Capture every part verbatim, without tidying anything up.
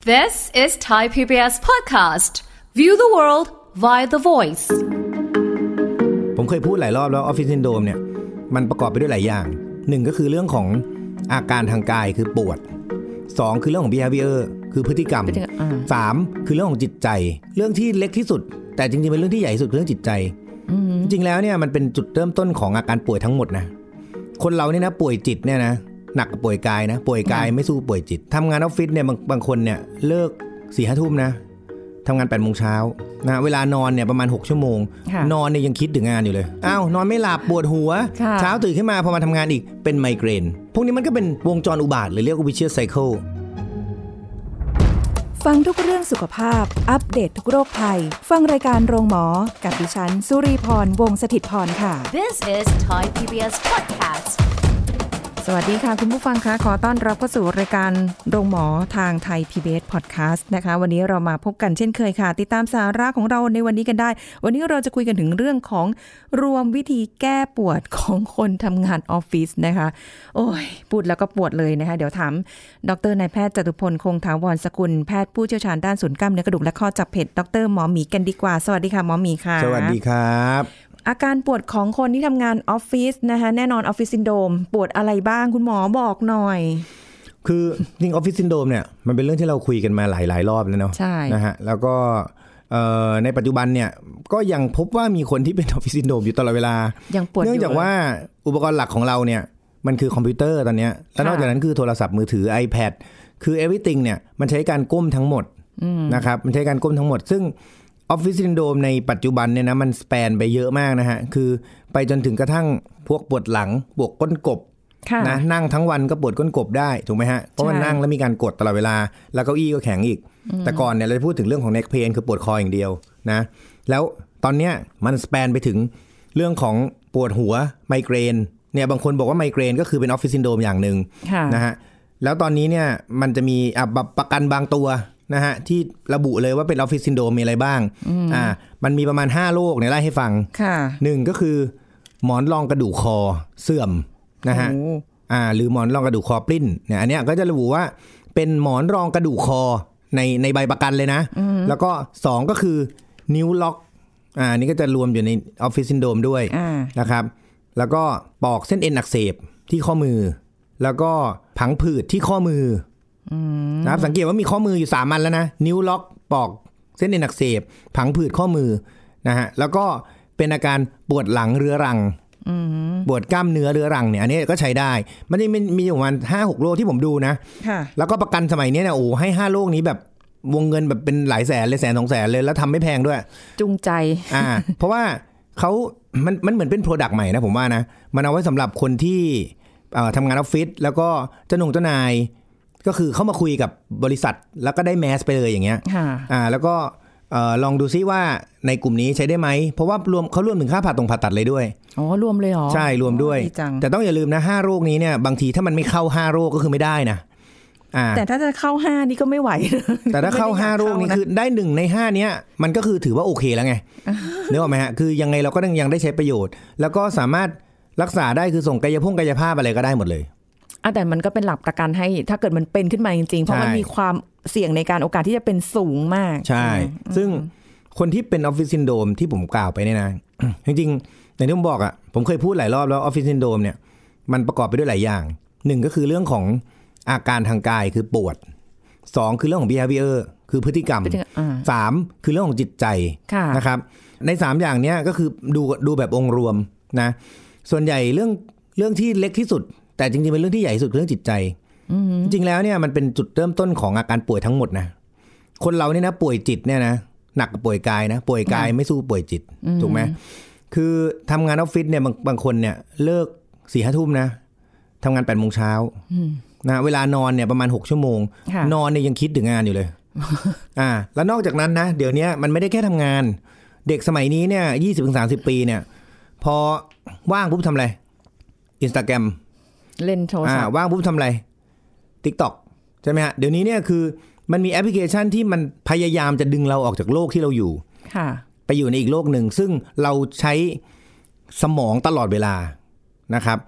This is Thai พี บี เอส podcast. View the world via the voice. ผมเคยพูดหลายรอบแล้วออฟฟิศซินโดรมเนี่ยมันประกอบไปด้วยหลายอย่างหนึ่งก็คือเรื่องของอาการทางกายคือปวดสองคือเรื่องของ behavior คือพฤติกรรมสามคือเรื่องของจิตใจเรื่องที่เล็กที่สุดแต่จริงๆเป็นเรื่องที่ใหญ่ที่สุดคือเรื่องจิตใจจริงๆแล้วเนี่ยมันเป็นจุดเริ่มต้นของอาการป่วยทั้งหมดนะคนเราเนี่ยนะป่วยจิตเนี่ยนะหนักกว่าป่วยกายนะป่วยกายไม่สู้ป่วยจิตทำงานออฟฟิศเนี่ยบางบางคนเนี่ยเลิก สี่ห้า ทุ่มนะทำงาน แปดโมง เช้านะเวลานอนเนี่ยประมาณหกชั่วโมงนอนเนี่ยยังคิดถึงงานอยู่เลยอ้าวนอนไม่หลับปวดหัวเช้าตื่นขึ้นมาพอมาทำงานอีกเป็นไมเกรนพวกนี้มันก็เป็นวงจรอุบาทหรือเรียกว่า vicious cycle ฟังทุกเรื่องสุขภาพอัปเดต ท, ทุกโรคภัยฟังรายการโรงหมอกับดิฉันสุรีพรวงศ์สถิตย์พรค่ะ This is Thai พี บี เอส podcast. สวัสดีค่ะคุณผู้ฟังคะขอต้อนรับเข้าสู่รายการโรงหมอทางไทย พี บี เอส Podcast นะคะวันนี้เรามาพบกันเช่นเคยค่ะติดตามสาระของเราในวันนี้กันได้วันนี้เราจะคุยกันถึงเรื่องของรวมวิธีแก้ปวดของคนทำงานออฟฟิศนะคะโอ้ยพูดแล้วก็ปวดเลยนะคะเดี๋ยวถามดร.นายแพทย์จตุพลคงถาวรสกุลแพทย์ผู้เชี่ยวชาญด้านศูนย์กล้ามเนื้อกระดูกและข้อจับเพชรดร.หมอหมีกันดีกว่าสวัสดีค่ะหมอหมีค่ะสวัสดีครับอาการปวดของคนที่ทำงานออฟฟิศนะคะแน่นอนออฟฟิศซินโดรมปวดอะไรบ้างคุณหมอบอกหน่อยคือจริงออฟฟิศซินโดรมเนี่ยมันเป็นเรื่องที่เราคุยกันมาหลายๆรอบแล้วเนาะนะฮะแล้วก็ในปัจจุบันเนี่ยก็ยังพบว่ามีคนที่เป็นออฟฟิศซินโดรมอยู่ตลอดเวลายังปวดอยู่เนื่องจากว่าอุปกรณ์หลักของเราเนี่ยมันคือคอมพิวเตอร์ตอนนี้แล้วนอกจากนั้นคือโทรศัพท์มือถือ iPad คือ everything เนี่ยมันใช้การก้มทั้งหมดนะครับมันใช้การก้มทั้งหมดซึ่งออฟฟิศซินโดรมในปัจจุบันเนี่ยนะมันสเปนไปเยอะมากนะฮะคือไปจนถึงกระทั่งพวกปวดหลังปวดก้นกบนะนั่งทั้งวันก็ปวดก้นกบได้ถูกไหมฮะเพราะมันนั่งแล้วมีการกดตลอดเวลาแล้วเก้าอี้ก็แข็งอีกแต่ก่อนเนี่ยเราจะพูดถึงเรื่องของ neck pain คือปวดคออย่างเดียวนะแล้วตอนเนี้ยมันสเปนไปถึงเรื่องของปวดหัวไมเกรนเนี่ยบางคนบอกว่าไมเกรนก็คือเป็นออฟฟิศซินโดรมอย่างนึงนะฮะแล้วตอนนี้เนี่ยมันจะมีประกันบางตัวนะฮะที่ระบุเลยว่าเป็นออฟฟิศซินโดรมมีอะไรบ้างอ่ามันมีประมาณห้าโรคเนี่ยไล่ให้ฟังหนึ่งก็คือหมอนรองกระดูกคอเสื่อมนะฮะอ่าหรือหมอนรองกระดูกคอปลิ้นเนี่ยอันเนี้ยก็จะระบุว่าเป็นหมอนรองกระดูกคอในในใบประกันเลยนะแล้วก็สองก็คือนิ้วล็อกอ่านี่ก็จะรวมอยู่ในออฟฟิศซินโดรมด้วยนะครับแล้วก็ปอกเส้นเอ็นอักเสบที่ข้อมือแล้วก็ผังผืดที่ข้อมือนะครับสังเกตว่ามีข้อมืออยู่สามอันแล้วนะนิ้วล็อกปอกเส้นเอ็นอักเสบผังผืดข้อมือนะฮะแล้วก็เป็นอาการปวดหลังเรื้อรังปวดกล้ามเนื้อเรื้อรังเนี่ยอันนี้ก็ใช้ได้มันจะมีอยู่ประมาณ ห้าหก โรคที่ผมดูนะแล้วก็ประกันสมัยนี้เนี่ยโอ้ให้ห้าโรคนี้แบบวงเงินแบบเป็นหลายแสนเลยแสนสองแสนเลยแล้วทำไม่แพงด้วยจูงใจอ่าเพราะว่าเขามันมันเหมือนเป็นโปรดักต์ใหม่นะผมว่านะมันเอาไว้สำหรับคนที่ทำงานออฟฟิศแล้วก็เจ้าหนุ่มเจ้านายก็คือเข้ามาคุยกับบริษัทแล้วก็ได้แมสไปเลยอย่างเงี้ยอ่าแล้วก็ลองดูซิว่าในกลุ่มนี้ใช้ได้ไหมเพราะว่ารวมเขารวมถึงค่าผ่าตรงผ่าตัดเลยด้วยอ๋อรวมเลยเหรอใช่รวมด้วยแต่ต้องอย่าลืมนะห้าโรคนี้เนี่ยบางทีถ้ามันไม่เข้าห้าโรคก็คือไม่ได้นะอ่าแต่ถ้าจะเข้าห้านี่ก็ไม่ไหวแต่ถ้าเข้าห้าโรคนี้คือได้หนึ่งในห้าเนี้ยมันก็คือถือว่าโอเคแล้วไงนึกออกไหมฮะคือยังไงเราก็ยังได้ใช้ประโยชน์แล้วก็สามารถรักษาได้คือส่งกายภาพกายภาพอะไรก็ได้หมดเลยอ่ะแต่มันก็เป็นหลักประกันให้ถ้าเกิดมันเป็นขึ้นมาจริงๆเพราะมันมีความเสี่ยงในการโอกาสที่จะเป็นสูงมากใช่ซึ่งคนที่เป็นออฟฟิศซินโดรมที่ผมกล่าวไปเนี่ยนะจริงๆอย่างที่ผมบอกอ่ะผมเคยพูดหลายรอบแล้วออฟฟิศซินโดรมเนี่ยมันประกอบไปด้วยหลายอย่างหนึ่งก็คือเรื่องของอาการทางกายคือปวดสองคือเรื่องของ behavior คือพฤติกรรมสามคือเรื่องของจิตใจนะครับในสามอย่างเนี้ยก็คือดูดูแบบองค์รวมนะส่วนใหญ่เรื่องเรื่องที่เล็กที่สุดแต่จริงๆเป็นเรื่องที่ใหญ่ที่สุดคือเรื่องจิตใจจริงๆแล้วเนี่ยมันเป็นจุดเริ่มต้นของอาการป่วยทั้งหมดนะคนเราเนี่ยนะป่วยจิตเนี่ยนะหนักกว่าป่วยกายนะป่วยกายไม่สู้ป่วยจิตถูกไหมคือทำงานออฟฟิศเนี่ยบางบางคนเนี่ยเลิก สี่ห้า ทุ่มนะทำงาน แปดโมง เช้านะเวลานอนเนี่ยประมาณหกชั่วโมงนอนเนี่ยยังคิดถึงงานอยู่เลยอ่าแล้วนอกจากนั้นนะเดี๋ยวนี้มันไม่ได้แค่ทำงานเด็กสมัยนี้เนี่ย ยี่สิบถึงสามสิบ ปีเนี่ยพอว่างปุ๊บทำอะไร Instagram เล่นโทรศัพท์ว่างปุ๊บทำอะไร TikTok ใช่ไหมฮะเดี๋ยวนี้เนี่ยคือมันมีแอปพลิเคชันที่มันพยายามจะดึงเราออกจากโลกที่เราอยู่ไปอยู่ในอีกโลกหนึ่งซึ่งเราใช้สมองตลอดเวลานะครับ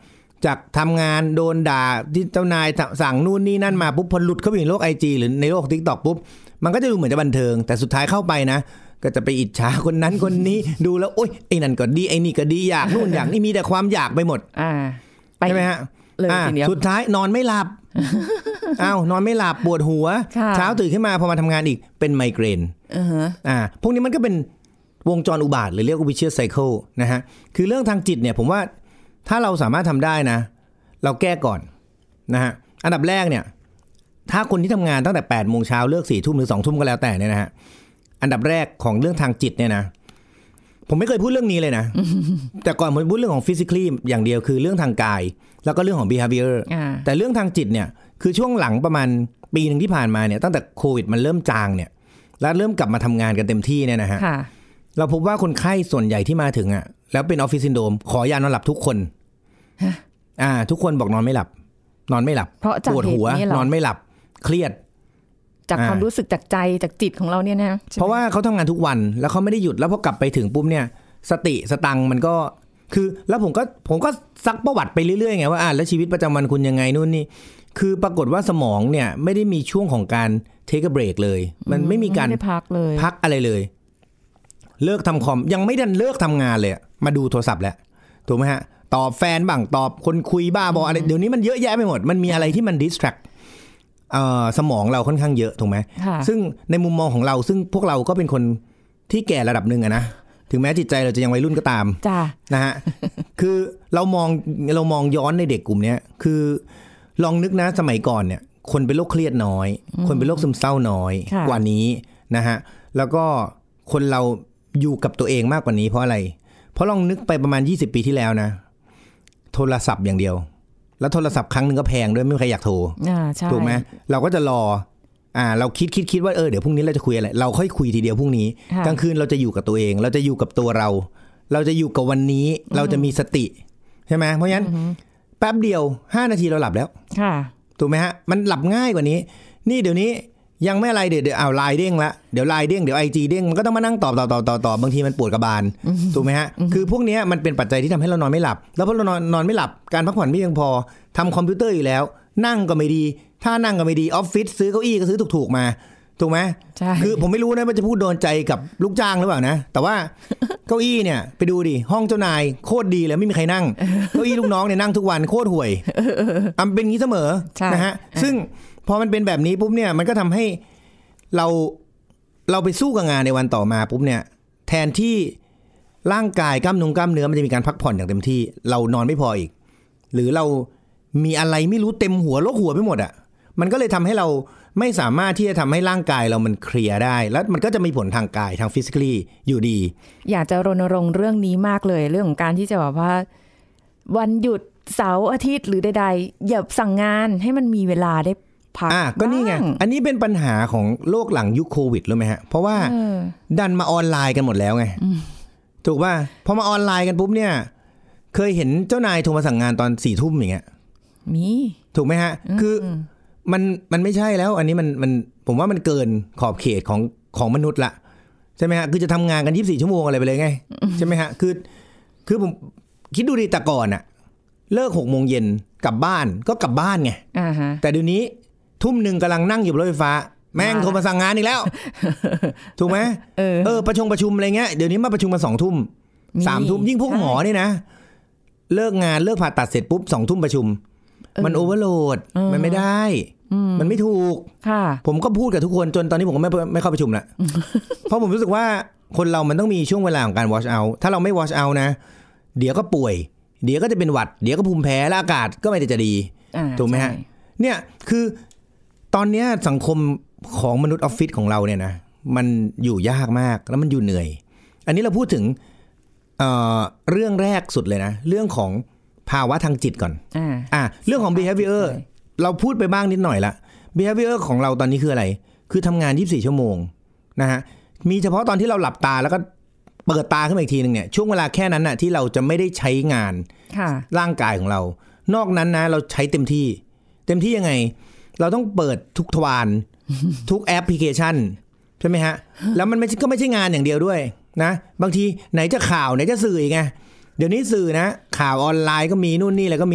จากทำงานโดนด่าที่เจ้านายสั่งนู่นนี่นั่นมาปุ๊บพอหลุดเข้าไปในโลก ไอ จี หรือในโลก TikTok ปุ๊บมันก็จะดูเหมือนจะบันเทิงแต่สุดท้ายเข้าไปนะก็จะไปอิจฉาคนนั้นคนนี้ดูแล้วโอ๊ยไอ้นั่นก็ดีไอ้นี่ก็ดีอยากนู่นอยากนี่มีแต่ความอยากไปหมดอ่าใช่ไหมฮะเลยทีเดียวสุดท้ายนอนไม่หลับอ้าวนอนไม่หลับปวดหัวเช้าตื่นขึ้นมาพอมาทำงานอีกเป็นไมเกรนอ่าพวกนี้มันก็เป็นวงจรอุบาทหรือเรียกว่า vicious cycle นะฮะคือเรื่องทางจิตเนี่ยผมว่าถ้าเราสามารถทำได้นะเราแก้ก่อนนะฮะอันดับแรกเนี่ยถ้าคนที่ทำงานตั้งแต่แปดโมงเช้าเลิกสี่ทุ่มหรือสองทุ่มก็แล้วแต่เนี่ยนะฮะอันดับแรกของเรื่องทางจิตเนี่ยนะผมไม่เคยพูดเรื่องนี้เลยนะ แต่ก่อนผมพูดเรื่องของ physically อย่างเดียวคือเรื่องทางกายแล้วก็เรื่องของ behavior แต่เรื่องทางจิตเนี่ยคือช่วงหลังประมาณปีนึงที่ผ่านมาเนี่ยตั้งแต่โควิดมันเริ่มจางเนี่ยแล้วเริ่มกลับมาทำงานกันเต็มที่เนี่ยนะฮะเราพบว่าคนไข้ส่วนใหญ่ที่มาถึงอ่ะแล้วเป็นออฟฟิศซินโดรมขอยานอนหลับทุกคนอ่าทุกคนบอกนอนไม่หลับนอนไม่หลับปวดหัวนอนไม่หลับเครียดจากความรู้สึกจากใจจากจิตของเราเนี่ยนะเพราะว่าเขาทำงานทุกวันแล้วเขาไม่ได้หยุดแล้วพอกลับไปถึงปุ๊บเนี่ยสติสตังมันก็คือแล้วผมก็ผมก็ซักประวัติไปเรื่อยๆไงว่าอ่าแล้วชีวิตประจำวันคุณยังไงนู่นนี่คือปรากฏว่าสมองเนี่ยไม่ได้มีช่วงของการเทคเบรกเลยมันไม่มีการพักเลยพักอะไรเลยเลิกทำคอมยังไม่ดันเลิกทำงานเลยมาดูโทรศัพท์แล้วถูกไหมฮะตอบแฟนบ้างตอบคนคุยบ้าบออะไรเดี๋ยวนี้มันเยอะแยะไปหมดมันมีอะไรที่มันดิสแทรกสมองเราค่อนข้างเยอะถูกไหมซึ่งในมุมมองของเราซึ่งพวกเราก็เป็นคนที่แก่ระดับหนึ่งอะนะถึงแม้จิตใจเราจะยังวัยรุ่นก็ตามนะฮะคือเรามองเรามองย้อนในเด็กกลุ่มนี้คือลองนึกนะสมัยก่อนเนี่ยคนเป็นโรคเครียดน้อยคนเป็นโรคซึมเศร้าน้อยกว่านี้นะฮะแล้วก็คนเราอยู่กับตัวเองมากกว่านี้เพราะอะไรเพราะลองนึกไปประมาณยี่สิบปีที่แล้วนะโทรศัพท์อย่างเดียวแล้วโทรศัพท์ครั้งนึงก็แพงด้วยไม่มีใครอยากโทรถูกไหมเราก็จะรออ่าเราคิดคิดคิดว่าเออเดี๋ยวพรุ่งนี้เราจะคุยอะไรเราค่อยคุยทีเดียวพรุ่งนี้กลางคืนเราจะอยู่กับตัวเองเราจะอยู่กับตัวเราเราจะอยู่กับวันนี้เราจะมีสติใช่ไหมเพราะฉะนั้นแป๊บเดียวห้านาทีเราหลับแล้วถูกไหมฮะมันหลับง่ายกว่านี้นี่เดี๋ยวนี้ยังไม่อะไรเดี๋ยวเดี๋ยวเอาไลน์เด้งละเดี๋ยวไลน์เด้งเดี๋ยวไอจีเด้งมันก็ต้องมานั่งตอบต่อต่อต่อต่อบางทีมันปวดกระบาลถูกไหมฮะคือพวกนี้มันเป็นปัจจัยที่ทำให้เรานอนไม่หลับแล้วพอเรานอนนอนไม่หลับการพักผ่อนไม่เพียงพอทำคอมพิวเตอร์อยู่แล้วนั่งก็ไม่ดีถ้านั่งก็ไม่ดีออฟฟิศซื้อเก้าอี้ก็ซื้อถูกๆมาถูกไหมคือผมไม่รู้นะว่าจะพูดโดนใจกับลูกจ้างหรือเปล่านะแต่ว่าเก้าอี้เนี่ยไปดูดิห้องเจ้านายโคตรดีเลยไม่มีใครนั่งเก้าอี้ลูกน้องเนี่ยนั่งทุกวันโคตรห่วยอ่ะเป็นงี้เสมอนะฮะซึ่งพอมันเป็นแบบนี้ปุ๊บเนี่ยมันก็ทำให้เราเราไปสู้กับงานในวันต่อมาปุ๊บเนี่ยแทนที่ร่างกายกล้ามเนื้อกล้ามเนื้อมันจะมีการพักผ่อนอย่างเต็มที่เรานอนไม่พออีกหรือเรามีอะไรไม่รู้เต็มหัวโรคหัวไปหมดอ่ะมันก็เลยทำให้เราไม่สามารถที่จะทำให้ร่างกายเรามันเคลียร์ได้แล้วมันก็จะมีผลทางกายทางฟิสิกอลี่อยู่ดีอยากจะรณรงค์เรื่องนี้มากเลยเรื่องของการที่จะแบบว่าวันหยุดเสาร์อาทิตย์หรือใดๆอย่าสั่งงานให้มันมีเวลาได้พักอ่ะก็นี่ไงอันนี้เป็นปัญหาของโลกหลังยุคโควิดรู้ไหมฮะเพราะว่าดันมาออนไลน์กันหมดแล้วไงถูกป่ะพอมาออนไลน์กันปุ๊บเนี่ยเคยเห็นเจ้านายโทรมาสั่งงานตอนสี่ทุ่มอย่างเงี้ยมีถูกไหมฮะคือมันมันไม่ใช่แล้วอันนี้มันมันผมว่ามันเกินขอบเขตของของมนุษย์ละใช่ไหมฮะคือจะทำงานกันยี่สิบสี่ชั่วโมงอะไรไปเลยไงใช่ไหมฮะคือคือผมคิดดูดิแต่ก่อนอะเลิกหกโมงเย็นกลับบ้านก็กลับบ้านไงแต่เดี๋ยวนี้ทุ่มหนึ่งกำลังนั่งอยู่บนรถไฟฟ้าแม่งโทรมาสั่งงานอีกแล้วถูกไหมเออเออประชุมประชุมอะไรเงี้ยเดี๋ยวนี้มาประชุมมาสองทุ่มสามทุ่มยิ่งพวกหมอนี่นะเลิกงานเลิกผ่าตัดเสร็จปุ๊บสองทุ่มประชุมมันโอเวอร์โหลดมันไม่ได้มันไม่ถูกผมก็พูดกับทุกคนจนตอนนี้ผมก็ไม่ไม่เข้าประชุมละเพราะผมรู้สึกว่าคนเรามันต้องมีช่วงเวลาของการ wash out ถ้าเราไม่ wash out นะเดี๋ยวก็ป่วยเดี๋ยวก็จะเป็นหวัดเดี๋ยวก็ภูมิแพ้แล้วอากาศก็ไม่ได้จะดีถูกไหมฮะเนี่ยคือตอนนี้สังคมของมนุษย์ออฟฟิศของเราเนี่ยนะมันอยู่ยากมากแล้วมันอยู่เหนื่อยอันนี้เราพูดถึง เอ่อ เรื่องแรกสุดเลยนะเรื่องของภาวะทางจิตก่อนอ่าอ่าเรื่องของ behavior เราพูดไปบ้างนิดหน่อยละ behavior ของเราตอนนี้คืออะไรคือทำงานยี่สิบสี่ชั่วโมงนะฮะมีเฉพาะตอนที่เราหลับตาแล้วก็เปิดตาขึ้นมาอีกทีนึงเนี่ยช่วงเวลาแค่นั้นน่ะที่เราจะไม่ได้ใช้งานร่างกายของเรานอกนั้นนะเราใช้เต็มที่เต็มที่ยังไงเราต้องเปิดทุกทวารทุกแอปพลิเคชันใช่ไหมฮะแล้วมันไม่ก็ไม่ใช่งานอย่างเดียวด้วยนะบางทีไหนจะข่าวไหนจะสื่อไงเดี๋ยวนี้สื่อนะข่าวออนไลน์ก็มีนู่นนี่อะไรก็มี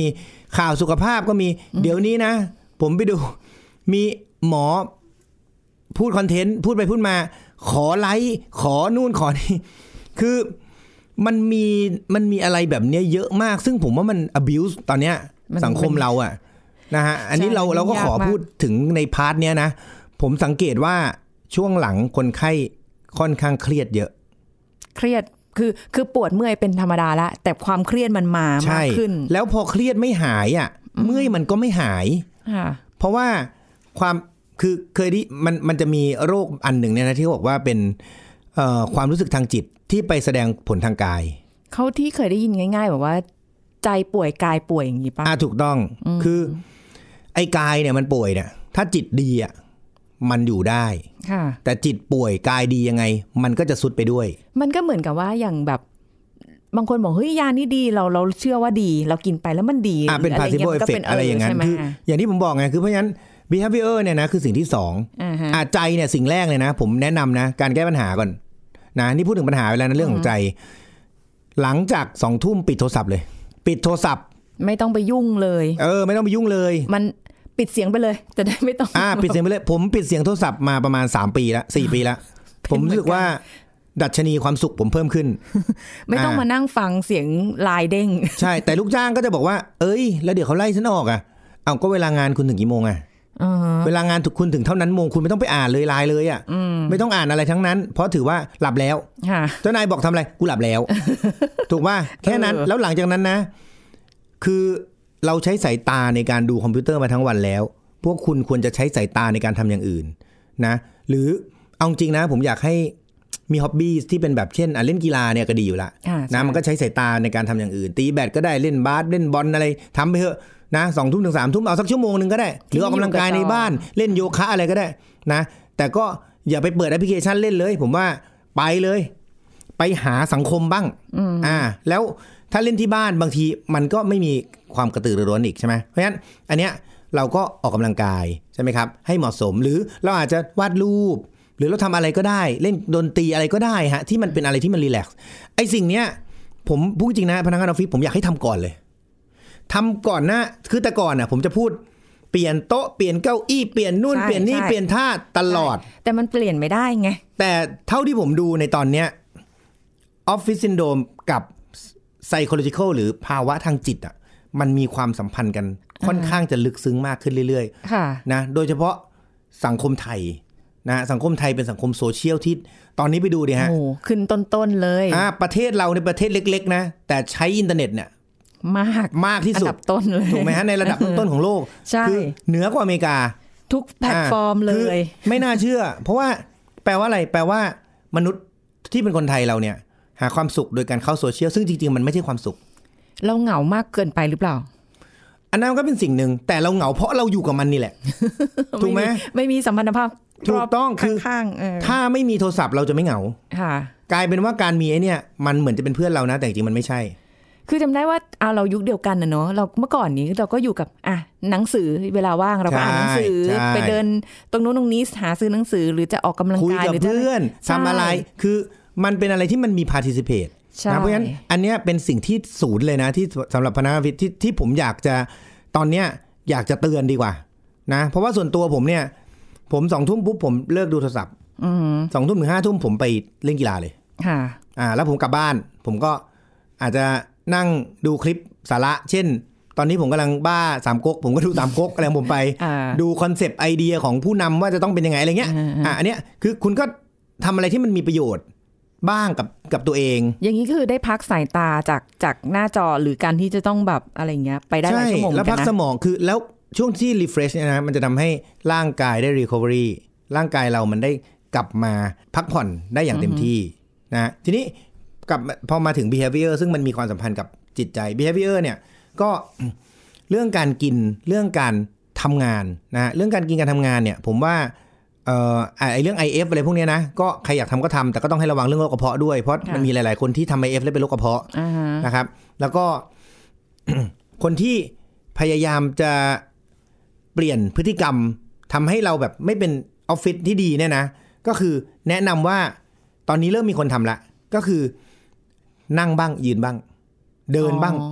ข่าวสุขภาพก็มีเดี๋ยวนี้นะผมไปดูมีหมอพูดคอนเทนต์พูดไปพูดมาขอไลค์ขอนู่นขอนี่คือมันมีมันมีอะไรแบบนี้เยอะมากซึ่งผมว่ามัน abuse ตอนเนี้ยสังคมเราอะนะฮะอันนี้เราเราก็ขอพูดถึงในพาร์ทเนี้ยนะผมสังเกตว่าช่วงหลังคนไข้ค่อนข้างเครียดเยอะเครียดคือคือปวดเมื่อยเป็นธรรมดาละแต่ความเครียดมันมามากขึ้นแล้วพอเครียดไม่หายอ่ะเมื่อยมันก็ไม่หายเพราะว่าความคือเคยที่มันมันจะมีโรคอันหนึ่งเนี่ยนะที่บอกว่าเป็นเอ่อความรู้สึกทางจิตที่ไปแสดงผลทางกายเขาที่เคยได้ยินง่ายๆแบบว่าใจป่วยกายป่วยอย่างนี้ป่ะอ่าถูกต้องคือไอ้กายเนี่ยมันป่วยเนี่ยถ้าจิตดีอ่ะมันอยู่ได้แต่จิตป่วยกายดียังไงมันก็จะสุดไปด้วยมันก็เหมือนกับว่าอย่างแบบบางคนบอกเฮ้ยยานี่ดีเราเราเชื่อว่าดีเรากินไปแล้วมันดีอ่ะเป็น placebo effect อะไรอย่างนั้นคืออย่างที่ผมบอกไงคือเพราะฉะนั้น behavior เนี่ยนะคือสิ่งที่สองอ่ะใจเนี่ยสิ่งแรกเลยนะผมแนะนำนะการแก้ปัญหาก่อนนะนี่พูดถึงปัญหาไปแล้วนะเรื่องของใจหลังจากสองทุ่มปิดโทรศัพท์เลยปิดโทรศัพท์ไม่ต้องไปยุ่งเลยเออไม่ต้องไปยุ่งเลยมันปิดเสียงไปเลยจะได้ไม่ต้องอ่าปิดเสียงไปเลยผมปิดเสียงโทรศัพท์มาประมาณสามปีแล้วสี่ปีแล้วผมรู้สึกว่าดัชนีความสุขผมเพิ่มขึ้นไม่ต้องมานั่งฟังเสียงลายเด้งใช่แต่ลูกจ้างก็จะบอกว่าเอ้ยแล้วเดี๋ยวเขาไล่ฉันออกอ่ะเอาก็เวลางานคุณถึงกี่โมงอ่ะเวลางานคุณถึงเท่านั้นโมงคุณไม่ต้องไปอ่านเลยไลน์เลยอ่ะไม่ต้องอ่านอะไรทั้งนั้นเพราะถือว่าหลับแล้วเจ้านายบอกทำอะไรกูหลับแล้วถูกป่ะแค่นั้นแล้วหลังจากนั้นนะคือเราใช้สายตาในการดูคอมพิวเตอร์มาทั้งวันแล้วพวกคุณควรจะใช้สายตาในการทำอย่างอื่นนะหรือเอาจริงนะผมอยากให้มีฮ็อบบี้ที่เป็นแบบเช่นเล่นกีฬาเนี่ยก็ดีอยู่ละนะมันก็ใช้สายตาในการทำอย่างอื่นตีแบดก็ได้เล่นบาสเล่นบอลอะไรทำไปเถอะนะสองทุ่มถึงสามทุ่มเอาสักชั่วโมงนึงก็ได้หรือออกกำลังกายในบ้านเล่นโยคะอะไรก็ได้นะแต่ก็อย่าไปเปิดแอปพลิเคชันเล่นเลยผมว่าไปเลยไปหาสังคมบ้างอ่าแล้วถ้าเล่นที่บ้านบางทีมันก็ไม่มีความกระตือรือร้นอีกใช่ไหมเพราะฉะนั้นอันเนี้ยเราก็ออกกำลังกายใช่ไหมครับให้เหมาะสมหรือเราอาจจะวาดรูปหรือเราทำอะไรก็ได้เล่นดนตรีอะไรก็ได้ฮะที่มันเป็นอะไรที่มันรีแลกซ์ไอ้สิ่งเนี้ยผมพูดจริงนะพนักงานออฟฟิศผมอยากให้ทำก่อนเลยทำก่อนนะคือแต่ก่อนน่ะผมจะพูดเปลี่ยนโต๊ะเปลี่ยนเก้าอี้เปลี่ยนนู่นเปลี่ยนนี่เปลี่ยนท่าตลอดแต่มันเปลี่ยนไม่ได้ไงแต่เท่าที่ผมดูในตอนเนี้ยออฟฟิศซินโดรมกับ psychological หรือภาวะทางจิตอ่ะมันมีความสัมพันธ์กันค่อนข้างจะลึกซึ้งมากขึ้นเรื่อยๆนะโดยเฉพาะสังคมไทยนะสังคมไทยเป็นสังคมโซเชียลที่ตอนนี้ไปดูดิฮะโอ้ขึ้นต้นๆเลยอ่าประเทศเราในประเทศเล็กๆนะแต่ใช้อินเทอร์เน็ตเนี่ยมากมากที่สุดอันดับต้นเลยถูกไหมฮะในระดับต้นๆของโลกคือเหนือกว่าอเมริกาทุกแพลตฟอร์มเลยไม่น่าเชื่อเพราะว่าแปลว่าอะไรแปลว่ามนุษย์ที่เป็นคนไทยเราเนี่ยหาความสุขโดยการเข้าโซเชียลซึ่งจริงๆมันไม่ใช่ความสุขเราเหงามากเกินไปหรือเปล่าอันนั้นก็เป็นสิ่งหนึ่งแต่เราเหงาเพราะเราอยู่กับมันนี่แหละถูกไหมไม่มีสัมพันธภาพถูกต้องคือถ้าไม่มีโทรศัพท์เราจะไม่เหงาค่ะกลายเป็นว่าการมีไอ้เนี่ยมันเหมือนจะเป็นเพื่อนเรานะแต่จริงๆมันไม่ใช่คือจำได้ว่าเอาเรายุคเดียวกันนะเนาะเราเมื่อก่อนนี้เราก็อยู่กับอ่ะหนังสือเวลาว่างเราก็อ่านหนังสือไปเดินตรงนู้นตรงนี้หาซื้อหนังสือหรือจะออกกำลังกายหรือเพื่อนทำอะไรคือมันเป็นอะไรที่มันมี participate นะเพราะฉะนั้นอันเนี้ยเป็นสิ่งที่ศูนย์เลยนะที่สำหรับพนักงานที่ที่ผมอยากจะตอนเนี้ยอยากจะเตือนดีกว่านะเพราะว่าส่วนตัวผมเนี่ยผมสองทุ่มปุ๊บผมเลิกดูโทรศัพท์สองทุ่มถึงห้าทุ่มผมไปเล่นกีฬาเลยค่ะอ่าแล้วผมกลับบ้านผมก็อาจจะนั่งดูคลิปสาระเช่นตอนนี้ผมกำลังบ้าสามก๊กผมก็ดูสามก๊กอะไรของผมไปดูคอนเซปต์ไอเดียของผู้นำว่าจะต้องเป็นยังไงอะไรเงี้ยอ่าอันเนี้ยคือคุณก็ทำอะไรที่มันมีประโยชน์บ้างกับกับตัวเองอย่างนี้คือได้พักสายตาจากจากหน้าจอหรือการที่จะต้องแบบอะไรเงี้ยไปได้หลายชั่วโมงแล้วพักสมองคือแล้วช่วงที่ refresh เนี่ยนะมันจะทำให้ร่างกายได้ recovery ร่างกายเรามันได้กลับมาพักผ่อนได้อย่างเต็มที่นะทีนี้กับพอมาถึง behavior ซึ่งมันมีความสัมพันธ์กับจิตใจ behavior เนี่ยก็เรื่องการกินเรื่องการทำงานนะเรื่องการกินการทำงานเนี่ยผมว่าเอ่อไอเรื่อง ไอ เอฟ อะไรพวกนี้นะก็ใครอยากทำก็ทำแต่ก็ต้องให้ระวังเรื่องโรคกระเพาะด้วยเพราะมันมีหลายๆคนที่ทำ ไอ เอฟ แล้วเป็นโรคกระเพาะนะครับแล้วก็ คนที่พยายามจะเปลี่ยนพฤติกรรมทำให้เราแบบไม่เป็นออฟฟิศที่ดีเนี่ยนะก็คือแนะนำว่าตอนนี้เริ่มมีคนทำละก็คือนั่งบ้างยืนบ้างเดินบ้าง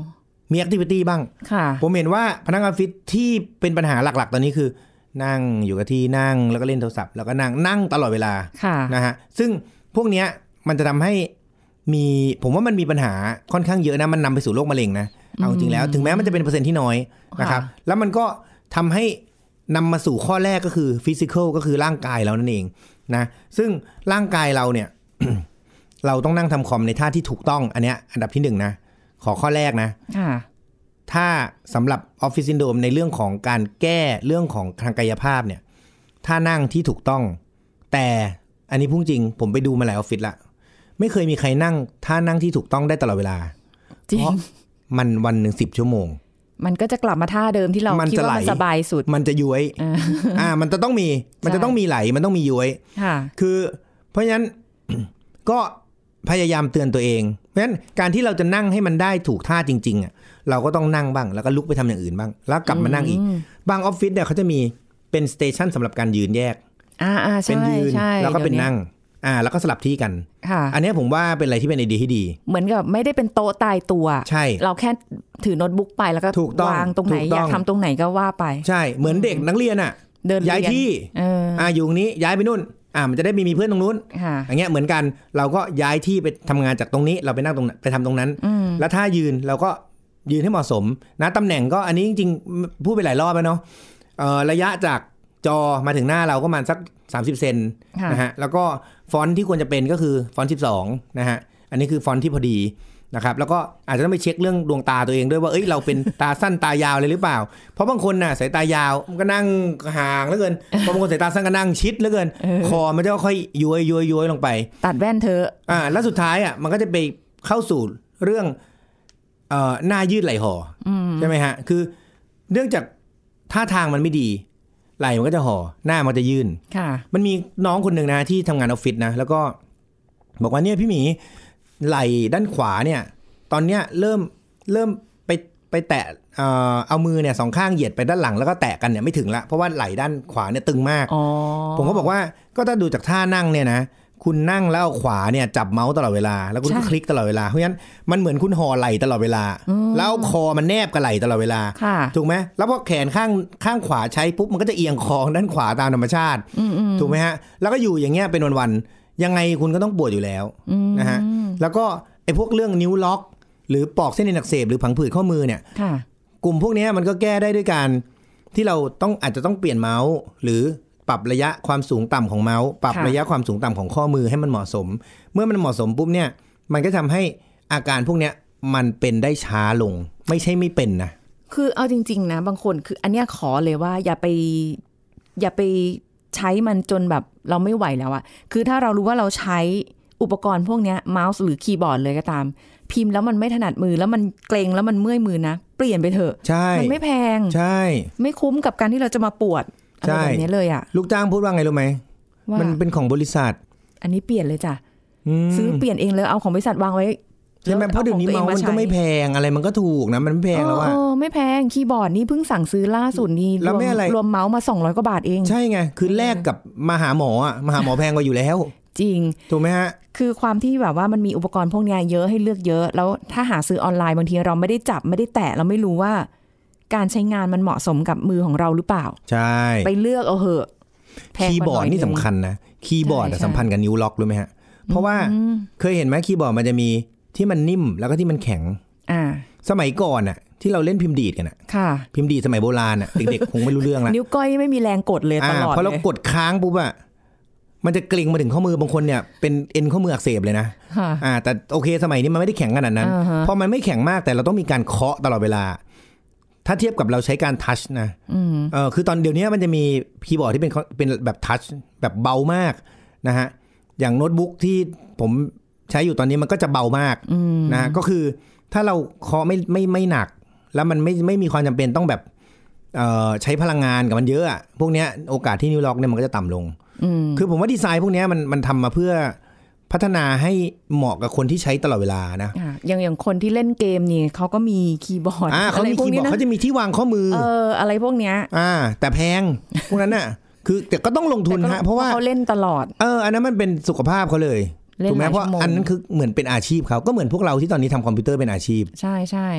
มีแอคทิวิตี้บ้างผมเห็นว่าพนักงานออฟฟิศที่เป็นปัญหาหลักๆตอนนี้คือนั่งอยู่กับที่นั่งแล้วก็เล่นโทรศัพท์แล้วก็นั่งนั่งตลอดเวลานะฮะซึ่งพวกเนี้ยมันจะทำให้มีผมว่ามันมีปัญหาค่อนข้างเยอะนะมันนำไปสู่โรคมะเร็งนะเอาจริงแล้วถึงแม้มันจะเป็นเปอร์เซ็นต์ที่น้อยนะครับแล้วมันก็ทำให้นำมาสู่ข้อแรกก็คือฟิสิกอลก็คือร่างกายเรานั่นเองนะซึ่งร่างกายเราเนี่ย เราต้องนั่งทำคอมในท่าที่ถูกต้องอันเนี้ยอันดับที่หนึ่งนะขอข้อแรกนะถ้าสำหรับออฟฟิศซินโดรมในเรื่องของการแก้เรื่องของทางกายภาพเนี่ยถ้านั่งที่ถูกต้องแต่อันนี้พุ่งจริงผมไปดูมาหลายออฟฟิศละไม่เคยมีใครนั่งท่านั่งที่ถูกต้องได้ตลอดเวลาเพราะมันวันหนึ่งสิบชั่วโมงมันก็จะกลับมาท่าเดิมที่เราคิดว่ามันสบายสุดมันจะย้วยอ่ามันจะต้องมีมันจะต้องมีไหลมันต้องมีย้วยคือเพราะฉะนั้น ก็พยายามเตือนตัวเองเพราะฉะนั้นการที่เราจะนั่งให้มันได้ถูกท่าจริงๆอ่ะเราก็ต้องนั่งบ้างแล้วก็ลุกไปทำอย่างอื่นบ้างแล้วกลับมานั่งอีกบางออฟฟิศเนี่ยเขาจะมีเป็นสเตชันสำหรับการยืนแยกอ่าๆใช่เป็นยืนแล้วก็เป็นนั่งอ่าแล้วก็สลับที่กันอันนี้ผมว่าเป็นอะไรที่เป็นไอเดียที่ดีเหมือนกับไม่ได้เป็นโต๊ะตายตัวใช่เราแค่ถือโน้ตบุ๊กไปแล้วก็วางตรงไหนอยากทำตรงไหนก็ว่าไปใช่เหมือนเด็กนักเรียนอ่ะย้ายที่อ่าอยู่ตรงนี้ย้ายไปนู่นอ่ามันจะได้มีมีเพื่อนตรงนู้นอย่างเงี้ยเหมือนกันเราก็ย้ายที่ไปทำงานจากตรงนี้เราไปนั่งตรงไปทำตรงนั้นแล้วถ้ายืนเราก็ยืนให้เหมาะสมนะตำแหน่งก็อันนี้จริงๆพูดไปหลายรอบแล้วเนาะระยะจากจอมาถึงหน้าเราก็ประมาณสักสามสิบเซนนะฮะแล้วก็ฟอนต์ที่ควรจะเป็นก็คือฟอนต์สิบสองนะฮะอันนี้คือฟอนต์ที่พอดีนะครับแล้วก็อาจจะต้องไปเช็คเรื่องดวงตาตัวเองด้วยว่าเอ้ยเราเป็นตาสั้นตายาวเลยหรือเปล่าเพราะบางคนน่ะสายตายาวมันก็นั่งห่างเหลือเกินพอบางคนสายตาสั้นก็นั่งชิดเหลือเกินคอมันจะค่อยย้วยย้วยย้วยลงไปตัดแว่นเธออ่าแล้วสุดท้ายอ่ะมันก็จะไปเข้าสู่เรื่องเอ่อหน้ายืดไหล่ห่อใช่ไหมฮะคือเนื่องจากท่าทางมันไม่ดีไหล่มันก็จะห่อหน้ามันจะยื่นมันมีน้องคนหนึ่งนะที่ทำงานออฟฟิศนะแล้วก็บอกว่าเนี่ยพี่หมีไหล่ด้านขวาเนี่ยตอนเนี้ยเริ่มเริ่มไปไปแตะเอ่อเอามือเนี่ยสองข้างเหยียดไปด้านหลังแล้วก็แตะกันเนี่ยไม่ถึงละเพราะว่าไหล่ด้านขวาเนี่ยตึงมากผมก็บอกว่าก็ถ้าดูจากท่านั่งเนี่ยนะคุณนั่งแล้วเอาขวาเนี่ยจับเมาส์ตลอดเวลาแล้วคุณก็คลิกตลอดเวลาเพราะฉะนั้นมันเหมือนคุณห่อไหล่ตลอดเวลาแล้วคอมันแนบกับไหล่ตลอดเวลาถูกไหมแล้วพอแขนข้างข้างขวาใช้ปุ๊บมันก็จะเอียงคอด้านขวาตามธรรมชาติถูกไหมฮะแล้วก็อยู่อย่างเงี้ยเป็นวันๆยังไงคุณก็ต้องปวดอยู่แล้วนะฮะแล้วก็ไอ้พวกเรื่องนิ้วล็อกหรือปอกเส้นเอ็นอักเสบหรือผังผืดข้อมือเนี่ยกลุ่มพวกนี้มันก็แก้ได้ด้วยการที่เราต้องอาจจะต้องเปลี่ยนเมาส์หรือปรับระยะความสูงต่ำของเมาส์ปรับระยะความสูงต่ำของข้อมือให้มันเหมาะสมเมื่อมันเหมาะสมปุ๊บเนี่ยมันก็ทำให้อาการพวกเนี้ยมันเป็นได้ช้าลงไม่ใช่ไม่เป็นนะคือเอาจริงๆนะบางคนคืออันเนี้ยขอเลยว่าอย่าไปอย่าไปใช้มันจนแบบเราไม่ไหวแล้วอะคือถ้าเรารู้ว่าเราใช้อุปกรณ์พวกนี้เมาส์หรือคีย์บอร์ดเลยก็ตามพิมพ์แล้วมันไม่ถนัดมือแล้วมันเกร็งแล้วมันเมื่อยมือนะเปลี่ยนไปเถอะมันไม่แพงใช่ไม่คุ้มกับการที่เราจะมาปวดอะไรแบบนี้เลยอ่ะลูกจ้างพูดว่าไงรู้ไหมมันเป็นของบริษัทอันนี้เปลี่ยนเลยจ้ะซื้อเปลี่ยนเองเลยเอาของบริษัทวางไว้ใช่ไหมเพราะเดี๋ยวนี้เมาส์มันก็ไม่แพงอะไรมันก็ถูกนะมันไม่แพงแล้วว่าไม่แพงคีย์บอร์ดนี่เพิ่งสั่งซื้อล่าสุดนี่รวมรวมเมาส์มาสองร้อยกว่าบาทเองใช่ไงคือแลกกับมาหาหมออ่ะมาหาหมอแพงกว่าอยู่แล้วจริงถูกไหมฮะคือความที่แบบว่ามันมีอุปกรณ์พวกนี้เยอะให้เลือกเยอะแล้วถ้าหาซื้อออนไลน์บางทีเราไม่ได้จับไม่ได้แตะเราไม่รู้ว่าการใช้งานมันเหมาะสมกับมือของเราหรือเปล่าใช่ไปเลือกเอาเหอะคีย์บอร์ดนี่สำคัญนะคีย์บอร์ดสัมพันธ์กับนิ้วล็อกรู้ไหมฮะเพราะว่าเคยเห็นไหมคีย์บอร์ดมันจะมีที่มันนิ่มแล้วก็ที่มันแข็งอ่าสมัยก่อนน่ะที่เราเล่นพิมพ์ดีดกันน่ะพิมพ์ดีดสมัยโบราณน่ะเด็กๆคงไม่รู้เรื่องละนิ้วก้อยไม่มีแรงกดเลยตลอดเลยพอเรากดค้างปุ๊บอะมันจะเกร็งมาถึงข้อมือบางคนเนี่ยเป็นเอ็นข้อมืออักเสบเลยนะอ่าแต่โอเคสมัยนี้มันไม่ได้แข็งขนาดนั้นพอมันไม่แข็งมากแต่เราต้องมีการเคาะตลอดเวลาถ้าเทียบกับเราใช้การทัชนะเออคือตอนเดี๋ยวนี้มันจะมีคีย์บอร์ดที่เป็นเป็นแบบทัชแบบเบามากนะฮะอย่างโน้ตบุ๊กที่ผมใช้อยู่ตอนนี้มันก็จะเบามากนะก็คือถ้าเราเคาะไม่ไม่ไม่หนักแล้วมันไม่ไม่มีความจำเป็นต้องแบบเอ่อใช้พลังงานกับมันเยอะอ่ะพวกเนี้ยโอกาสที่นิ้วล็อกเนี่ยมันก็จะต่ำลงคือผมว่าดีไซน์พวกนี้มันมันทำมาเพื่อพัฒนาให้เหมาะกับคนที่ใช้ตลอดเวลานะอย่างอย่างคนที่เล่นเกมนี่เขาก็มีคีย์บอร์ดเขามีคีย์บอร์ดเขาจะมีที่วางข้อมือเอออะไรพวกเนี้ยอ่าแต่แพงพวกนั้นน่ะคือแต่ก็ต้องลงทุนฮะเพราะว่าเขาเล่นตลอดเอออันนั้นมันเป็นสุขภาพเขาเลยถูกไหมเพราะอันนั้นคือเหมือนเป็นอาชีพเขาก็เหมือนพวกเราที่ตอนนี้ทำคอมพิวเตอร์เป็นอาชีพใช่ใช่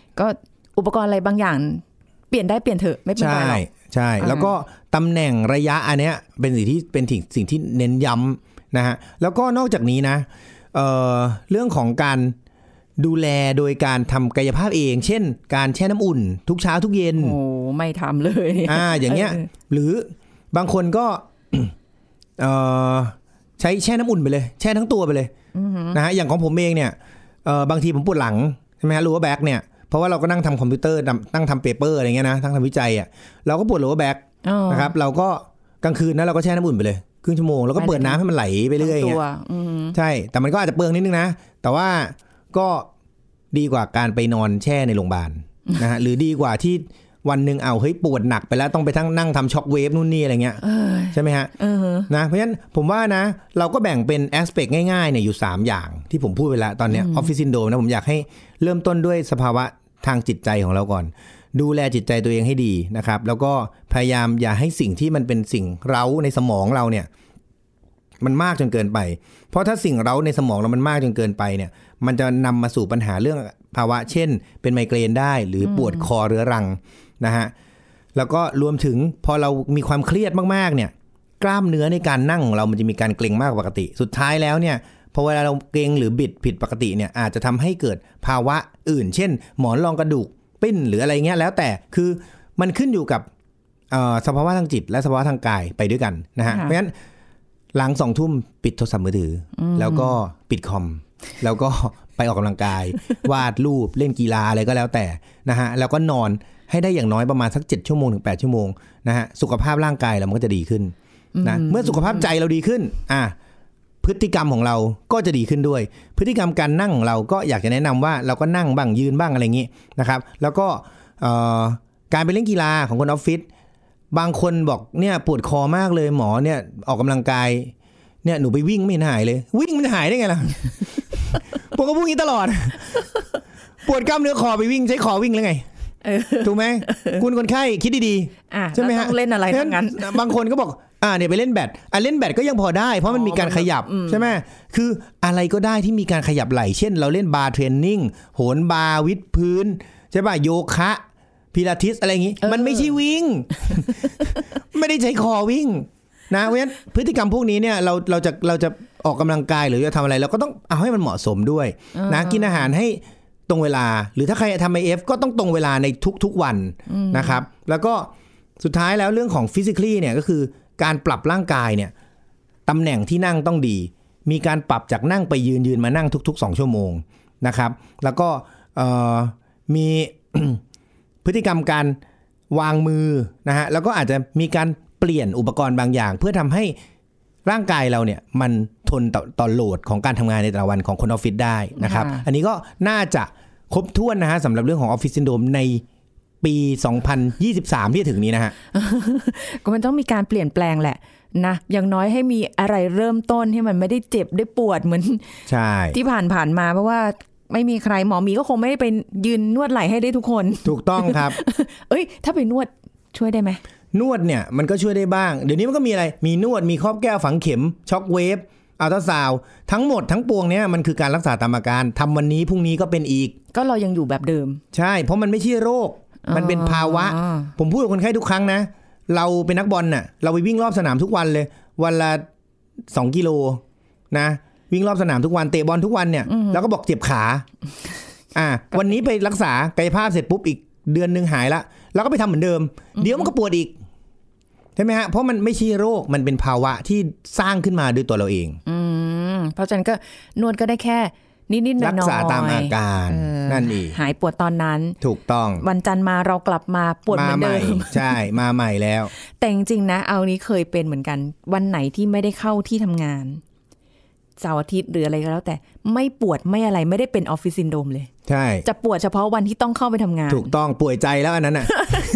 ก็อุปกรณ์อะไรบางอย่างเปลี่ยนได้เปลี่ยนเถอะไม่เป็นไรหรอกใช่แล้วก็ตำแหน่งระยะอันเนี้ยเป็นสิ่งที่เป็นสิ่งที่เน้นย้ำนะฮะแล้วก็นอกจากนี้นะ เอ่อ เรื่องของการดูแลโดยการทำกายภาพเองเช่นการแช่น้ำอุ่นทุกเช้าทุกเย็นโอ้ไม่ทำเลยอ่าอย่างเงี้ยหรือบางคนก็เอ่อใช้แช่น้ำอุ่นไปเลยแช่ทั้งตัวไปเลยนะฮะอย่างของผมเองเนี่ยเอ่อบางทีผมปวดหลังใช่ไหมฮะรู้ว่าแบ็คเนี่ยเพราะว่าเราก็นั่งทำคอมพิวเตอร์นั่งทำเปเปอร์อะไรเงี้ยนะนั่งทำวิจัยอ่ะเราก็ปวดหลังแบ็คนะครับเราก็กลางคืนนะเราก็แช่น้ำอุ่นไปเลยครึ่งชั่วโมงแล้วก็เปิดน้ำให้มันไหลไปเรื่อยอย่างเงี้ยใช่แต่มันก็อาจจะเปลืองนิดนึงนะแต่ว่าก็ดีกว่าการไปนอนแช่ในโรงพยาบาลนะฮะหรือดีกว่าที่วันนึงเอาเฮ้ยปวดหนักไปแล้วต้องไปทั้งนั่งทำช็อคเวฟนู่นนี่อะไรเงี้ยใช่ไหมฮะนะเพราะฉะนั้นผมว่านะเราก็แบ่งเป็นแอสเปกง่ายๆเนี่ยอยู่สามอย่างที่ผมพูดไปแล้วตอนเนี้ยออฟฟิศซินโดรมนะผมอยากให้เริ่มต้นด้วยสภาวะทางจิตใจของเราก่อนดูแลจิตใจตัวเองให้ดีนะครับแล้วก็พยายามอย่าให้สิ่งที่มันเป็นสิ่งเร้าในสมองเราเนี่ยมันมากจนเกินไปเพราะถ้าสิ่งเร้าในสมองเรามันมากจนเกินไปเนี่ยมันจะนำมาสู่ปัญหาเรื่องภาวะเช่นเป็นไมเกรนได้หรือปวดคอเรื้อรังนะฮะแล้วก็รวมถึงพอเรามีความเครียดมากๆเนี่ยกล้ามเนื้อในการนั่งของเรามันจะมีการเกร็งมากกว่าปกติสุดท้ายแล้วเนี่ยพอเวลาเราเกร็งหรือบิดผิดปกติเนี่ยอาจจะทำให้เกิดภาวะอื่นเช่นหมอนรองกระดูกปิ้นหรืออะไรเงี้ยแล้วแต่คือมันขึ้นอยู่กับสภาวะทางจิตและสภาวะทางกายไปด้วยกันนะฮะเพราะฉะนั้นหลังสองทุ่มปิดโทรศัพท์มือถือแล้วก็ปิดคอมแล้วก็ไปออกกำลังกายวาดรูปเล่นกีฬาอะไรก็แล้วแต่นะฮะแล้วก็นอนให้ได้อย่างน้อยประมาณสักเจ็ดชั่วโมงถึงแปดชั่วโมงนะฮะสุขภาพร่างกายเรามันก็จะดีขึ้นนะเมื่อสุขภาพใจเราดีขึ้นอ่ะพฤติกรรมของเราก็จะดีขึ้นด้วยพฤติกรรมการนั่งของเราก็อยากจะแนะนำว่าเราก็นั่งบ้างยืนบ้างอะไรอย่างนี้นะครับแล้วก็การไปเล่นกีฬาของคนออฟฟิศบางคนบอกเนี่ยปวดคอมากเลยหมอเนี่ยออกกำลังกายเนี่ยหนูไปวิ่งไม่หายเลยวิ่งมันจะหายได้ไงล่ะ ผมก็พูดอย่างนี้ตลอดปวดกล้ามเนื้อคอไปวิ่งใช้คอวิ่งแล้วไงถูกไหมคุณคนไข้คิดดีๆใช่ไหมฮะต้องเล่นอะไรทั้งนั้นบางคนก็บอกอ่าเนี่ยไปเล่นแบดอ่ะเล่นแบดก็ยังพอได้เพราะมันมีการขยับใช่ไหมคืออะไรก็ได้ที่มีการขยับไหล่เช่นเราเล่นบาร์เทรนนิ่งโหนบาร์วิดพื้นใช่ป่ะโยคะพิลาทิสอะไรอย่างงี้มันไม่ใช่วิ่ง ไม่ได้ใช้คอวิ่งนะเพราะฉะนั้นพฤติกรรมพวกนี้เนี่ยเราเราจะเราจะออกกำลังกายหรือจะทำอะไรเราก็ต้องเอาให้มันเหมาะสมด้วยนะกินอาหารให้ตรงเวลาหรือถ้าใครทำ ไอ เอฟ ก็ต้องตรงเวลาในทุกๆวันนะครับแล้วก็สุดท้ายแล้วเรื่องของ physically เนี่ยก็คือการปรับร่างกายเนี่ยตำแหน่งที่นั่งต้องดีมีการปรับจากนั่งไปยืนยืนมานั่งทุกๆสองชั่วโมงนะครับแล้วก็มี พฤติกรรมการวางมือนะฮะแล้วก็อาจจะมีการเปลี่ยนอุปกรณ์บางอย่างเพื่อทำให้ร่างกายเราเนี่ยมันทนต่อต่อโหลดของการทำงานในแต่ละวันของคนออฟฟิศได้นะครับอันนี้ก็น่าจะครบถ้วนนะฮะสำหรับเรื่องของออฟฟิศซินโดรมในปีสองพันยี่สิบสามที่จะถึงนี้นะฮะก็มันต้องมีการเปลี่ยนแปลงแหละนะอย่างน้อยให้มีอะไรเริ่มต้นให้มันไม่ได้เจ็บได้ปวดเหมือนใช่ที่ผ่านผ่านมาเพราะว่าไม่มีใครหมอมีก็คงไม่ได้ไปยืนนวดไหล่ให้ได้ทุกคนถูกต้องครับเอ้ยถ้าไปนวดช่วยได้ไหมนวดเนี่ยมันก็ช่วยได้บ้างเดี๋ยวนี้มันก็มีอะไรมีนวดมีครอบแก้วฝังเข็มช็อคเวฟอัลตราซาวด์ทั้งหมดทั้งปวงเนี่ยมันคือการรักษาตามอาการทำวันนี้พรุ่งนี้ก็เป็นอีกก็เรายังอยู่แบบเดิมใช่เพราะมันไม่ใช่โรคมันเป็นภาวะผมพูดกับคนไข้ทุกครั้งนะเราเป็นนักบอลน่ะเราไปวิ่งรอบสนามทุกวันเลยวันละสองกิโลนะวิ่งรอบสนามทุกวันเตะบอลทุกวันเนี่ยแล้วก็บอกเจ็บขาอ่าวันนี้ไปรักษากายภาพเสร็จปุ๊บอีกเดือนนึงหายละแล้วก็ไปทำเหมือนเดิมเดี๋ยวมันก็ปวดอีกใช่ไหมฮะเพราะมันไม่ใช่โรคมันเป็นภาวะที่สร้างขึ้นมาด้วยตัวเราเองอืมเพราะฉะนั้นก็นวดก็ได้แค่นิดๆหน่อยๆรักษาตามอาการนั่นเองหายปวดตอนนั้นถูกต้องวันจันทร์มาเรากลับมาปวดเหมือนเดิมใช่มาใหม่แล้วแต่จริงๆนะเอานี้เคยเป็นเหมือนกันวันไหนที่ไม่ได้เข้าที่ทำงานเสาร์อาทิตย์หรืออะไรก็แล้วแต่ไม่ปวดไม่อะไรไม่ได้เป็นออฟฟิศซินโดรมเลยใช่จะปวดเฉพาะวันที่ต้องเข้าไปทำงานถูกต้องป่วยใจแล้วอันนั้นน่ะ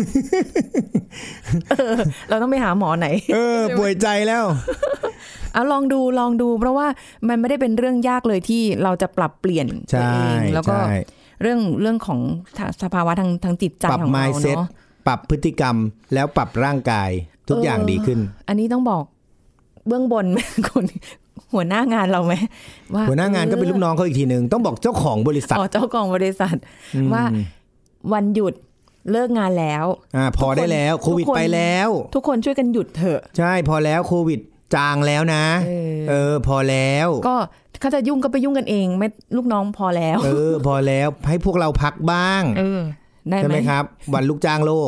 เราต้องไปหาหมอไหนเออป่วยใจแล้วเอาลองดูลองดูเพราะว่ามันไม่ได้เป็นเรื่องยากเลยที่เราจะปรับเปลี่ยนตัวเองแล้วก็เรื่องเรื่องของสภาวะทางทางจิตใจของเราเนาะปรับพฤติกรรมแล้วปรับร่างกายทุกอย่างดีขึ้นอันนี้ต้องบอกเบื้องบนคนหัวหน้างานเราไหมว่าหัวหน้างานก็เป็นลูกน้องเขาอีกทีนึงต้องบอกเจ้าของบริษัทอ๋อเจ้าของบริษัทว่าวันหยุดเลิกงานแล้วอ่าพอได้แล้วโควิดไปแล้วทุกคนช่วยกันหยุดเถอะใช่พอแล้วโควิดจางแล้วนะเออ เออพอแล้วก็เขาจะยุ่งก็ไปยุ่งกันเองไม่ลูกน้องพอแล้วเออพอแล้วให้พวกเราพักบ้างเออได้ไหมใช่ไหมครับวันลูกจ้างโลก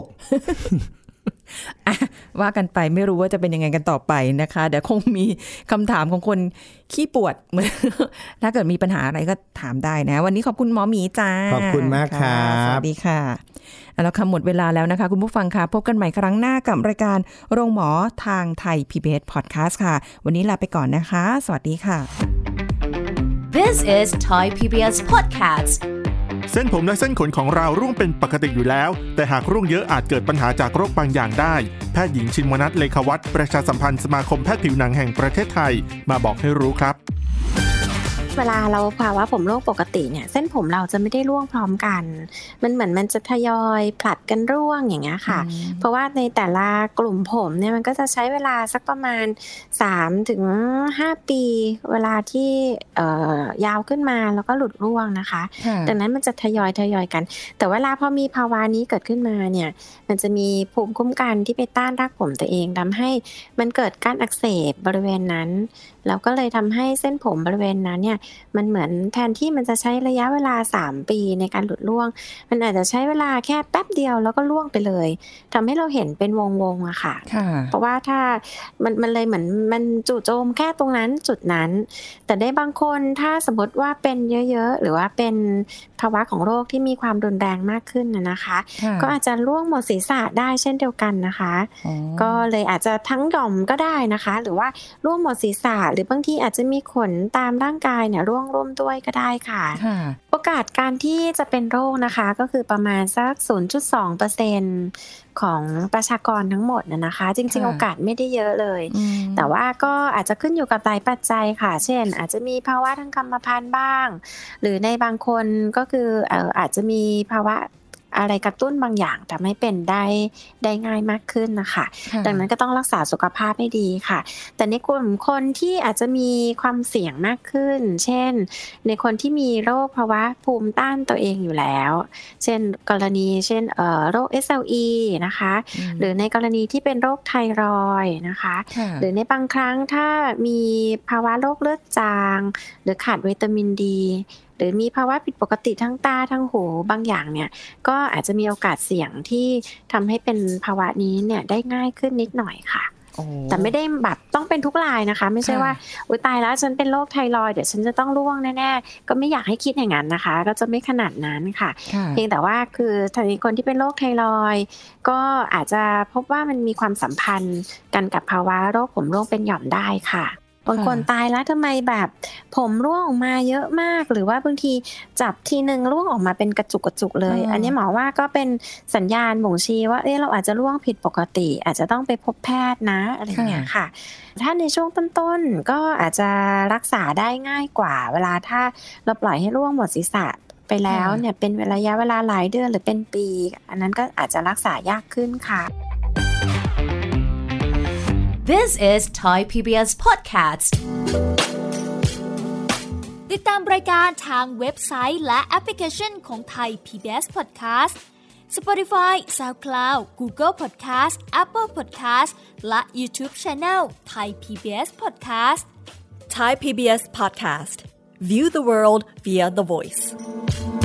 ว่ากันไปไม่รู้ว่าจะเป็นยังไงกันต่อไปนะคะเดี๋ยวคงมีคำถามของคนขี้ปวดถ้าเกิดมีปัญหาอะไรก็ถามได้นะวันนี้ขอบคุณหมอหมีจ้าขอบคุณมากครับสวัสดีค่ะแล้วค่ะหมดเวลาแล้วนะคะคุณผู้ฟังค่ะพบกันใหม่ครั้งหน้ากับรายการโรงหมอทางไทย พี บี เอส Podcast ค่ะวันนี้ลาไปก่อนนะคะสวัสดีค่ะ This is Thai พี บี เอส Podcast เส้นผมและเส้นขนของเราร่วงเป็นปกติอยู่แล้วแต่หากร่วงเยอะอาจเกิดปัญหาจากโรคบางอย่างได้แพทย์หญิงชินวนัทเลขวัฒน์ประชาสัมพันธ์สมาคมแพทย์ผิวหนังแห่งประเทศไทยมาบอกให้รู้ครับเวลาเราภาวะผมร่วงปกติเนี่ยเส้นผมเราจะไม่ได้ร่วงพร้อมกันมันเหมือนมันจะทยอยผลัดกันร่วงอย่างเงี้ยค่ะเพราะว่าในแต่ละกลุ่มผมเนี่ยมันก็จะใช้เวลาสักประมาณ สามถึงห้า ปีเวลาที่เอ่อยาวขึ้นมาแล้วก็หลุดร่วงนะคะดังนั้นมันจะทยอยทยอยกันแต่เวลาพอมีภาวะนี้เกิดขึ้นมาเนี่ยมันจะมีภูมิคุ้มกันที่ไปต้านรากผมตัวเองทำให้มันเกิดการอักเสบบริเวณนั้นแล้วก็เลยทำให้เส้นผมบริเวณนั้นเนี่ยมันเหมือนแทนที่มันจะใช้ระยะเวลาสามปีในการหลุดร่วงมันอาจจะใช้เวลาแค่แป๊บเดียวแล้วก็ร่วงไปเลยทำให้เราเห็นเป็นวงๆอะค่ะเพราะว่าถ้ามันมันเลยเหมือนมันจู่โจมแค่ตรงนั้นจุดนั้นแต่ได้บางคนถ้าสมมติว่าเป็นเยอะๆหรือว่าเป็นภาวะของโรคที่มีความรุนแรงมากขึ้นนะคะก็อาจจะร่วงหมดศีรษะได้เช่นเดียวกันนะคะก็เลยอาจจะทั้งหย่อมก็ได้นะคะหรือว่าร่วงหมดศีรษะหรือบางทีอาจจะมีขนตามร่างกายเนี่ยร่วงร่วมด้วยก็ได้ค่ะโอกาสการที่จะเป็นโรคนะคะก็คือประมาณสัก ศูนย์จุดสองเปอร์เซ็นต์ ของประชากรทั้งหมดน่ะนะคะจริงๆโอกาสไม่ได้เยอะเลยแต่ว่าก็อาจจะขึ้นอยู่กับหลายปัจจัยค่ะเช่นอาจจะมีภาวะทางกรรมพันธุ์บ้างหรือในบางคนก็คือเอ่ออาจจะมีภาวะอะไรกระตุ้นบางอย่างทำให้เป็นได้ได้ง่ายมากขึ้นนะคะดังนั้นก็ต้องรักษาสุขภาพให้ดีค่ะแต่ในกลุ่มคนที่อาจจะมีความเสี่ยงมากขึ้นเช่นในคนที่มีโรคภาวะภูมิต้านตัวเองอยู่แล้วเช่นกรณีเช่นเอ่อโรค เอส แอล อี นะคะหรือในกรณีที่เป็นโรคไทรอยด์นะคะหรือในบางครั้งถ้ามีภาวะโรคเลือดจางหรือขาดวิตามินดีหรือมีภาวะผิดปกติทั้งตาทั้งหูบางอย่างเนี่ยก็อาจจะมีโอกาสเสี่ยงที่ทำให้เป็นภาวะนี้เนี่ยได้ง่ายขึ้นนิดหน่อยค่ะแต่ไม่ได้แบบต้องเป็นทุกรายนะคะไม่ใช่ว่าอุ๊ยตายแล้วฉันเป็นโรคไทรอยด์เดี๋ยวฉันจะต้องร่วงแน่ๆก็ไม่อยากให้คิดอย่างนั้นนะคะก็จะไม่ขนาดนั้นค่ะเพียงแต่ว่าคือถ้าคนที่เป็นโรคไทรอยด์ก็อาจจะพบว่ามันมีความสัมพันธ์กันกับภาวะโรคผมร่วงเป็นหย่อมได้ค่ะบางคนตายแล้วทำไมแบบผมร่วงออกมาเยอะมากหรือว่าบางทีจับทีนึงร่วงออกมาเป็นกระจุกกระจุกเลย อ, อันนี้หมอว่าก็เป็นสัญญาณบ่งชี้ว่าเอ๊ะเราอาจจะร่วงผิดปกติอาจจะต้องไปพบแพทย์นะอะไรอย่างเงี้ยค่ะถ้าในช่วงต้นๆก็อาจจะรักษาได้ง่ายกว่าเวลาถ้าเราปล่อยให้ร่วงหมดศีรษะไปแล้วเนี่ยเป็นระยะเวลาหลายเดือนหรือเป็นปีอันนั้นก็อาจจะรักษายากขึ้นค่ะ This is Thai พี บี เอส Podcast ติดตามรายการทางเว็บไซต์และแอปพลิเคชันของ Thai พี บี เอส Podcast Spotify, SoundCloud, Google Podcast, Apple Podcast และ YouTube Channel Thai พี บี เอส Podcast Thai พี บี เอส Podcast View the world via the voice